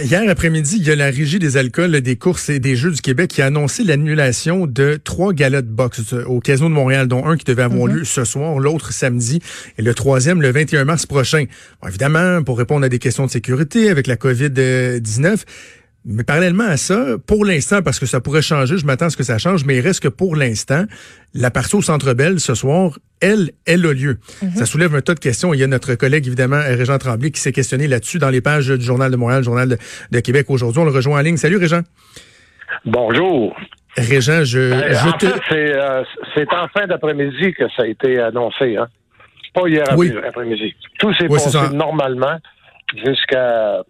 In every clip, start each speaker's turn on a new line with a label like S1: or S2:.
S1: Hier après-midi, il y a la Régie des alcools, des courses et des jeux du Québec qui a annoncé l'annulation de 3 galas de boxe au Casino de Montréal, dont un qui devait avoir lieu ce soir, l'autre samedi et le troisième le 21 mars prochain. Bon, évidemment, pour répondre à des questions de sécurité avec la COVID-19, mais parallèlement à ça, pour l'instant, parce que ça pourrait changer, je m'attends à ce que ça change, mais il reste que pour l'instant, la partie au Centre Bell ce soir, elle a lieu. Ça soulève un tas de questions. Il y a notre collègue, évidemment, Régent Tremblay, qui s'est questionné là-dessus dans les pages du Journal de Montréal, Journal de Québec aujourd'hui. On le rejoint en ligne. Salut, Régent.
S2: Bonjour.
S1: Régent,
S2: c'est en fin d'après-midi que ça a été annoncé, hein? Pas hier après-midi. Tout s'est passé normalement jusqu'à...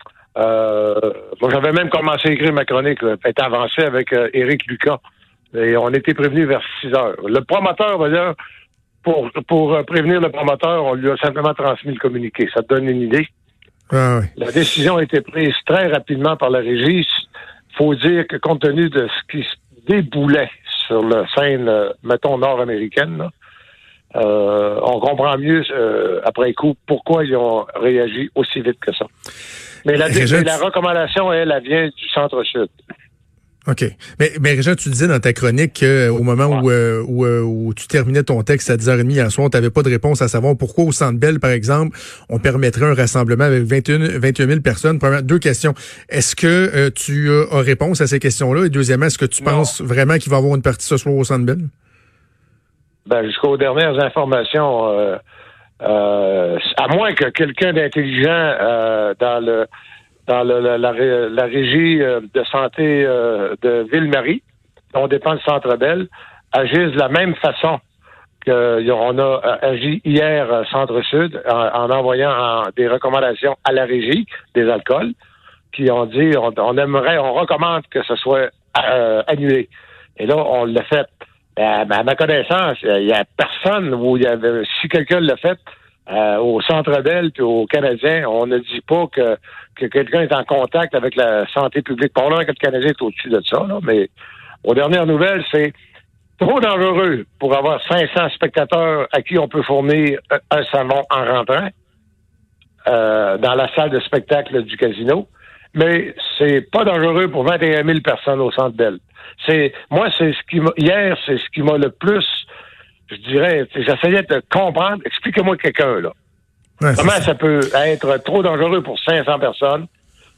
S2: moi, j'avais même commencé à écrire ma chronique, être avancé avec Éric Lucas. Et on était prévenu vers 6 heures. Le promoteur, d'ailleurs, pour prévenir le promoteur, on lui a simplement transmis le communiqué. Ça te donne une idée.
S1: Ah oui.
S2: La décision a été prise très rapidement par la régie. Faut dire que compte tenu de ce qui se déboulait sur la scène, mettons, nord-américaine, là, on comprend mieux, après coup, pourquoi ils ont réagi aussi vite que ça. Mais la recommandation, elle vient du Centre-Sud.
S1: OK. Mais Régent, tu disais dans ta chronique qu'au moment où tu terminais ton texte à 10h30 hier soir, tu n'avais pas de réponse à savoir pourquoi au Centre Bell, par exemple, on permettrait un rassemblement avec 21 000 personnes. Premièrement, 2 questions. Est-ce que tu as réponse à ces questions-là? Et deuxièmement, est-ce que tu penses vraiment qu'il va y avoir une partie ce soir au Centre Bell? Ben,
S2: jusqu'aux dernières informations... à moins que quelqu'un d'intelligent dans la régie de santé de Ville-Marie, dont dépend le Centre Bell, agisse de la même façon qu'on a agi hier Centre-Sud en envoyant des recommandations à la régie des alcools, qui ont dit on recommande que ce soit annulé. Et là, on l'a fait. À ma connaissance, il y a personne où il y avait, si quelqu'un l'a fait, au Centre Bell puis aux Canadiens, on ne dit pas que quelqu'un est en contact avec la santé publique. Probablement que le Canadien est au-dessus de ça, là, mais aux dernières nouvelles, c'est trop dangereux pour avoir 500 spectateurs à qui on peut fournir un savon en rentrant dans la salle de spectacle du casino, mais c'est pas dangereux pour 21 000 personnes au Centre Bell. Hier, c'est ce qui m'a le plus, je dirais, j'essayais de comprendre. Expliquez-moi quelqu'un, là. Ouais, comment ça peut être trop dangereux pour 500 personnes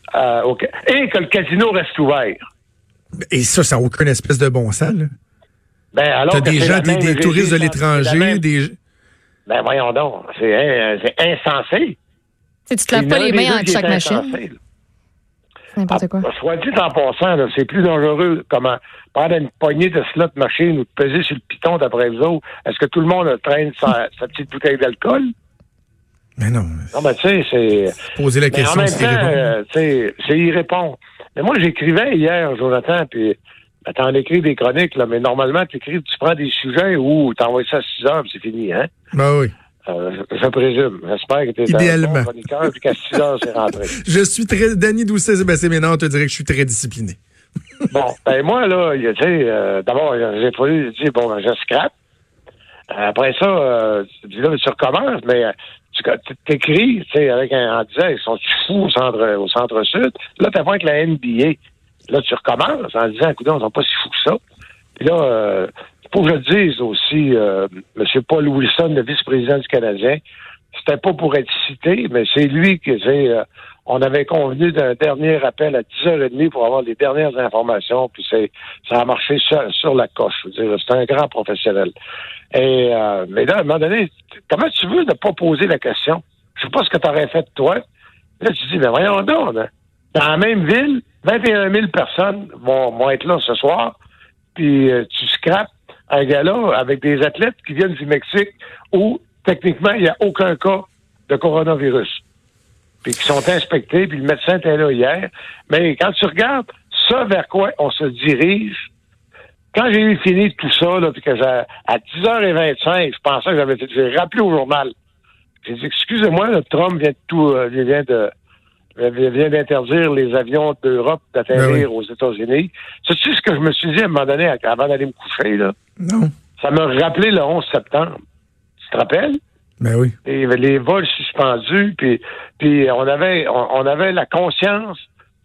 S2: et que le casino reste ouvert.
S1: Et ça n'a aucune espèce de bon sens, là.
S2: Ben, alors
S1: t'as des gens, des touristes de l'étranger,
S2: Ben, voyons donc. C'est insensé.
S3: Tu te laves pas les mains avec chaque machine. N'importe quoi.
S2: Soit dit en passant, là, c'est plus dangereux comment prendre une poignée de slot machine ou de peser sur le piton d'après vous autres. Est-ce que tout le monde traîne sa petite bouteille d'alcool?
S1: Mais non.
S2: Non, mais tu sais, c'est...
S1: Poser la question,
S2: c'est y répondre. Mais moi, j'écrivais hier, Jonathan, puis t'en écris des chroniques, là, mais normalement, tu prends des sujets où t'envoies ça à 6 heures, puis c'est fini, hein?
S1: Ben oui.
S2: Je présume. J'espère que tu es un bon chroniqueur puis qu'à 6 heures, c'est rentré.
S1: Je suis très... Danny Doucet-Sébastien Ménard te dirait que je suis très discipliné.
S2: Bon, ben moi, là, tu sais, d'abord, j'ai fallu dire, bon, ben, je scrape. Après ça, tu dis là, tu recommences, mais tu t'écris, tu sais, en disant, ils sont fous au centre-sud. Là, t'as pas avec la NBA. Là, tu recommences en disant, écoute, ils sont pas si fous que ça. Puis là, faut que je le dise aussi, M. Paul Wilson, le vice-président du Canadien, c'était pas pour être cité, mais c'est lui qui on avait convenu d'un dernier appel à 10h30 pour avoir les dernières informations, puis ça a marché sur la coche. Je veux dire, c'est un grand professionnel. Et mais là, à un moment donné, comment tu veux ne pas poser la question? Je sais pas ce que tu aurais fait toi. Là, tu dis, mais voyons donc, hein. Dans la même ville, 21 000 personnes vont être là ce soir, puis tu scrapes un gala avec des athlètes qui viennent du Mexique où, techniquement, il n'y a aucun cas de coronavirus. Puis qui sont inspectés, puis le médecin était là hier. Mais quand tu regardes ça vers quoi on se dirige, quand j'ai eu fini tout ça, là, puis que à 10h25, je pensais que j'ai rappelé au journal. J'ai dit, excusez-moi, le Trump vient d'interdire les avions d'Europe d'atterrir aux États-Unis. Sais-tu ce que je me suis dit à un moment donné avant d'aller me coucher, là?
S1: Non.
S2: Ça m'a rappelé le 11 septembre. Tu te rappelles?
S1: Ben oui.
S2: Et les vols suspendus, puis on avait la conscience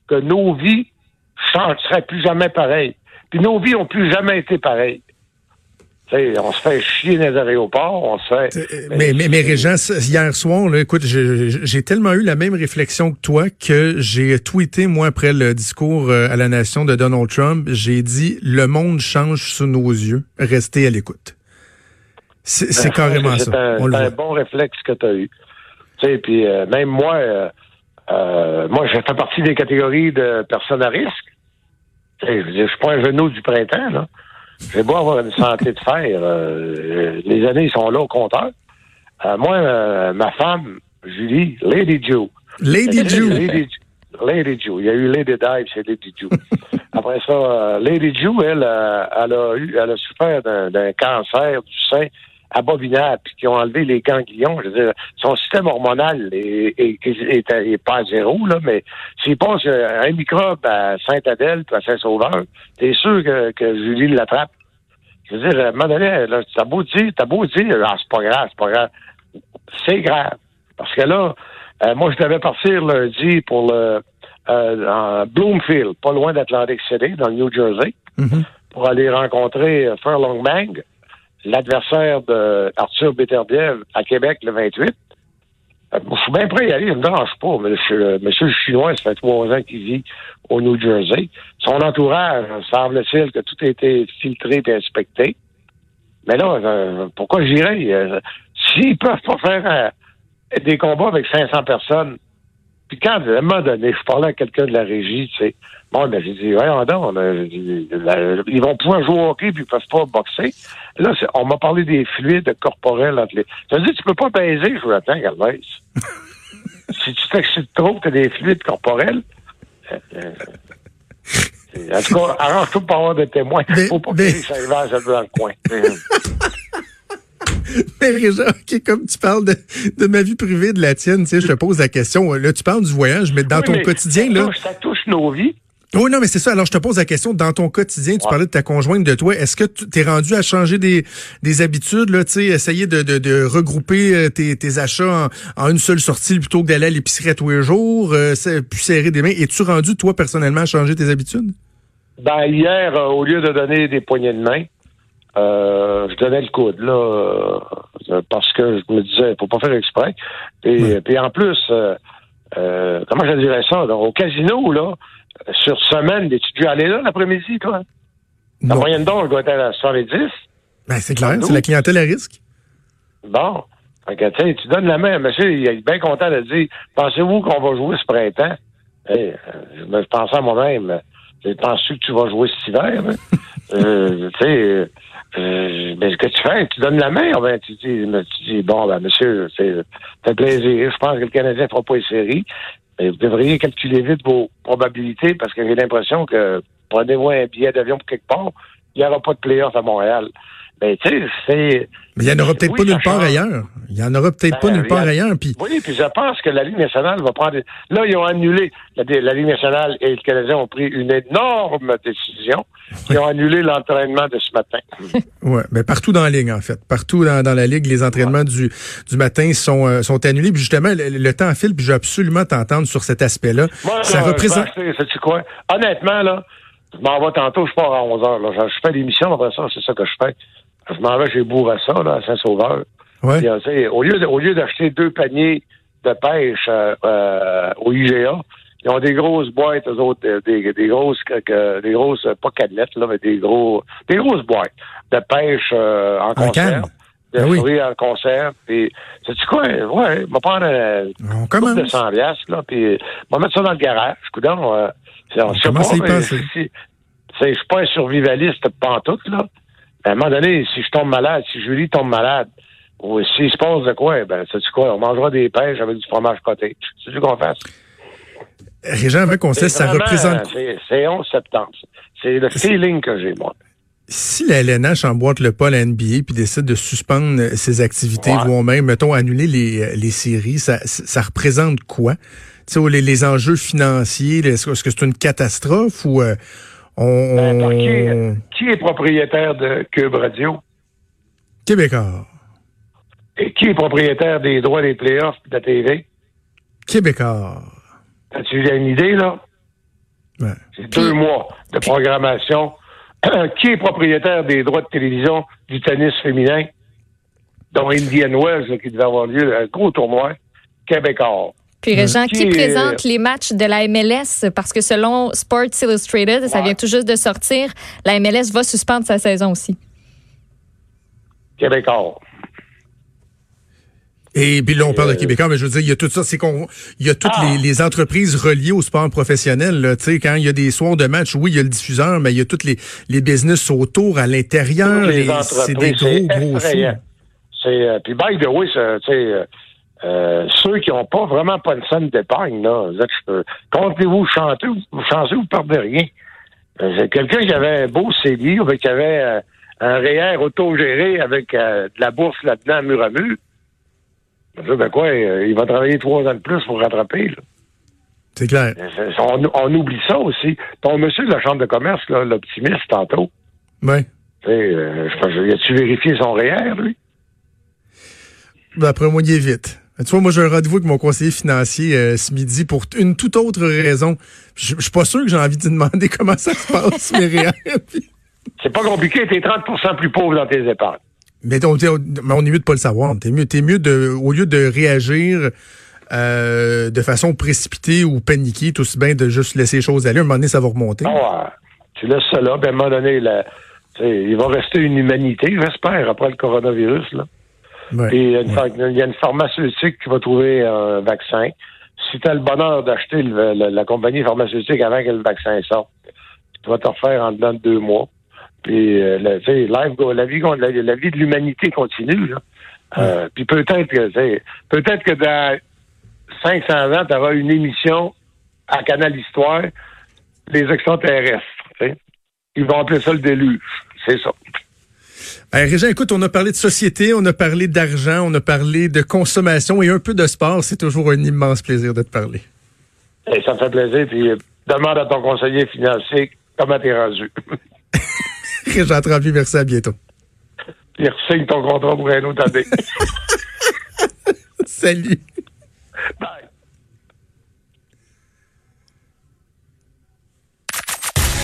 S2: que nos vies ne seraient plus jamais pareilles. Puis nos vies n'ont plus jamais été pareilles. T'sais, on se fait chier dans les aéroports, on se fait...
S1: Mais Régent, hier soir, là, écoute, j'ai tellement eu la même réflexion que toi que j'ai tweeté, moi, après le discours à la nation de Donald Trump, j'ai dit « Le monde change sous nos yeux, restez à l'écoute ». C'est carrément ça.
S2: C'est un bon réflexe que tu as eu. Puis même moi, j'ai fait partie des catégories de personnes à risque. Je suis pas un genou du printemps, là. J'ai beau avoir une santé de fer. Les années sont là au compteur. Moi, ma femme, Julie, Lady Joe.
S1: Lady Joe.
S2: Lady Joe. Il y a eu Lady Di, c'est Lady Joe. Après ça, Lady Joe, elle a souffert d'un cancer du sein abominable, puis qui ont enlevé les ganglions. Je veux dire, son système hormonal est pas à zéro, là, mais s'il passe un microbe à Sainte-Adèle puis à Saint-Sauveur, t'es sûr que Julie l'attrape. Je veux dire, à un moment donné, là, t'as beau dire, c'est pas grave. C'est grave. Parce que là, moi, je devais partir lundi pour en Bloomfield, pas loin d'Atlantic City, dans le New Jersey, pour aller rencontrer Furlong Mang, l'adversaire de Arthur Beterbiev à Québec le 28. Je suis bien prêt à y aller, ça me dérange pas. Mais monsieur le Chinois, ça fait 3 ans qu'il vit au New Jersey. Son entourage, semble-t-il que tout a été filtré et inspecté. Mais là, pourquoi j'irais? S'ils peuvent pas faire des combats avec 500 personnes, puis quand, à un moment donné, je parlais à quelqu'un de la régie, tu sais, bon, ben, j'ai dit, voyons donc, ils vont pouvoir jouer au hockey puis ils peuvent pas boxer. Là, on m'a parlé des fluides corporels entre les... Ça veut dire que tu peux pas baiser, je vous attends, Galvez. Si tu t'excites trop, tu as des fluides corporels. En tout cas, arrange-toi pour avoir des témoins. Faut pas que ça arrive dans le coin.
S1: Mais Régent, OK, comme tu parles de ma vie privée, de la tienne, tu sais, je te pose la question. Là, tu parles du voyage, mais dans ton quotidien, là...
S2: Ça touche nos vies.
S1: Oui, non, mais c'est ça. Alors, je te pose la question. Dans ton quotidien, tu parlais de ta conjointe, de toi. Est-ce que tu t'es rendu à changer des habitudes, là, tu sais, essayer de regrouper tes achats en une seule sortie plutôt que d'aller à l'épicerie à tous les jours, puis serrer des mains? Es-tu rendu, toi, personnellement, à changer tes habitudes?
S2: Ben, hier, au lieu de donner des poignées de main, je donnais le coude, là, parce que je me disais, faut pas faire exprès. Puis en plus, comment je dirais ça, là, au casino, là, sur semaine, es-tu dû aller là l'après-midi, toi? La moyenne d'âge doit être à 70.
S1: Ben, c'est clair, c'est la clientèle à risque.
S2: Bon. Fait que, tu donnes la main, monsieur, il est bien content de dire, pensez-vous qu'on va jouer ce printemps? Je pensais à moi-même, penses-tu que tu vas jouer cet hiver? Mais ce que tu fais, tu donnes la main, ben, tu dis, bon, ben, monsieur, c'est plaisir. Je pense que le Canadien ne fera pas les séries. Mais vous devriez calculer vite vos probabilités parce que j'ai l'impression que prenez-vous un billet d'avion pour quelque part, il n'y aura pas de play-off à Montréal. Ben, tu sais, c'est...
S1: Mais il n'y en aura peut-être pas nulle part ailleurs. Il n'y en aura peut-être pas nulle part ailleurs. Puis...
S2: Oui, puis je pense que la Ligue nationale va prendre... Là, ils ont annulé... La Ligue nationale et le Canadien ont pris une énorme décision. Ils ont annulé l'entraînement de ce matin.
S1: Oui, mais partout dans la Ligue, en fait. Partout dans la Ligue, les entraînements du matin sont annulés. Puis justement, le temps file, puis je veux absolument t'entendre sur cet aspect-là.
S2: Moi,
S1: ça représente...
S2: Sais-tu quoi? Honnêtement, là, je m'en vais tantôt, je pars à 11h. Là. Je fais l'émission, après ça, c'est ça que je fais. Je m'en vais chez Bourassa, là, à Saint-Sauveur.
S1: Ouais.
S2: Puis, au lieu d'acheter 2 paniers de pêche au IGA, ils ont des grosses boîtes, eux autres, des grosses, pas canettes, là, mais des grosses boîtes de pêche en conserve. De fruits en conserve. Puis, sais-tu quoi? Ouais, je vais prendre un couple de 100 $, là, puis je vais mettre ça dans le garage. Coudonc,
S1: on commence à y penser.
S2: Je suis pas un survivaliste pantoute, là. À un moment donné, si je tombe malade, si Julie tombe malade, ou s'il se passe de quoi, ben, sais-tu quoi? On mangera des pêches avec du fromage cottage. C'est ce qu'on fasse.
S1: Régent, avant qu'on cesse, ça représente...
S2: C'est 11 septembre. C'est le feeling que j'ai, moi.
S1: Si la LNH emboîte le pas à la NBA puis décide de suspendre ses activités, voire même, mettons, annuler les séries, ça représente quoi? Tu sais, les enjeux financiers, est-ce que c'est une catastrophe ou...
S2: Qui est propriétaire de Cube Radio?
S1: Québécois.
S2: Et qui est propriétaire des droits des playoffs de la TV?
S1: Québécois.
S2: As-tu une idée, là?
S1: Ouais.
S2: C'est 2 mois de programmation. Qui est propriétaire des droits de télévision du tennis féminin? Dont Indian Wells, là, qui devait avoir lieu, un gros tournoi québécois.
S3: Puis, Régent, qui présente les matchs de la MLS? Parce que selon Sports Illustrated, ça vient tout juste de sortir, la MLS va suspendre sa saison aussi.
S2: Québécois.
S1: Et puis là, on parle de Québécois, mais je veux dire, il y a tout ça, il y a toutes les entreprises reliées au sport professionnel, là. Tu sais, quand il y a des soirs de match, oui, il y a le diffuseur, mais il y a toutes les business autour, à l'intérieur. C'est des gros sous.
S2: Puis, by the way, ceux qui n'ont pas vraiment pas une scène d'épargne, là, comptez-vous chanter, vous perdez rien. C'est quelqu'un qui avait un beau CELI, qui avait un REER autogéré avec de la bourse là-dedans, mur à mur. Ben quoi, il va travailler 3 ans de plus pour rattraper, là.
S1: C'est clair.
S2: On oublie ça aussi. Ton monsieur de la Chambre de commerce, là, l'optimiste, tantôt.
S1: Oui.
S2: As-tu vérifié son REER, lui?
S1: Après moi, il est vite. Tu vois, moi, j'ai un rendez-vous avec mon conseiller financier ce midi pour une toute autre raison. Je suis pas sûr que j'ai envie de te demander comment ça se passe, mes REER.
S2: C'est pas compliqué, t'es 30% plus pauvre dans tes épargnes.
S1: Mais on est mieux de pas le savoir. T'es mieux au lieu de réagir de façon précipitée ou paniquée, tout aussi bien de juste laisser les choses aller. À un moment donné, ça va remonter.
S2: Tu laisses ça là, puis à un moment donné, il va rester une humanité, j'espère, après le coronavirus, là.
S1: Ouais.
S2: Puis il y a une pharmaceutique qui va trouver un vaccin. Si tu as le bonheur d'acheter la compagnie pharmaceutique avant que le vaccin sorte, tu vas te refaire en dedans de 2 mois. Puis, la vie de l'humanité continue, là. Puis peut-être que dans 500 ans, tu auras une émission à Canal Histoire, les extraterrestres. T'sais. Ils vont appeler ça le déluge. C'est ça.
S1: Régent, écoute, on a parlé de société, on a parlé d'argent, on a parlé de consommation et un peu de sport. C'est toujours un immense plaisir de te parler.
S2: Et ça me fait plaisir. Puis demande à ton conseiller financier comment t'es rendu.
S1: Régent Tremblay, merci, à bientôt.
S2: Il signe ton contrat pour un autre année.
S1: Salut.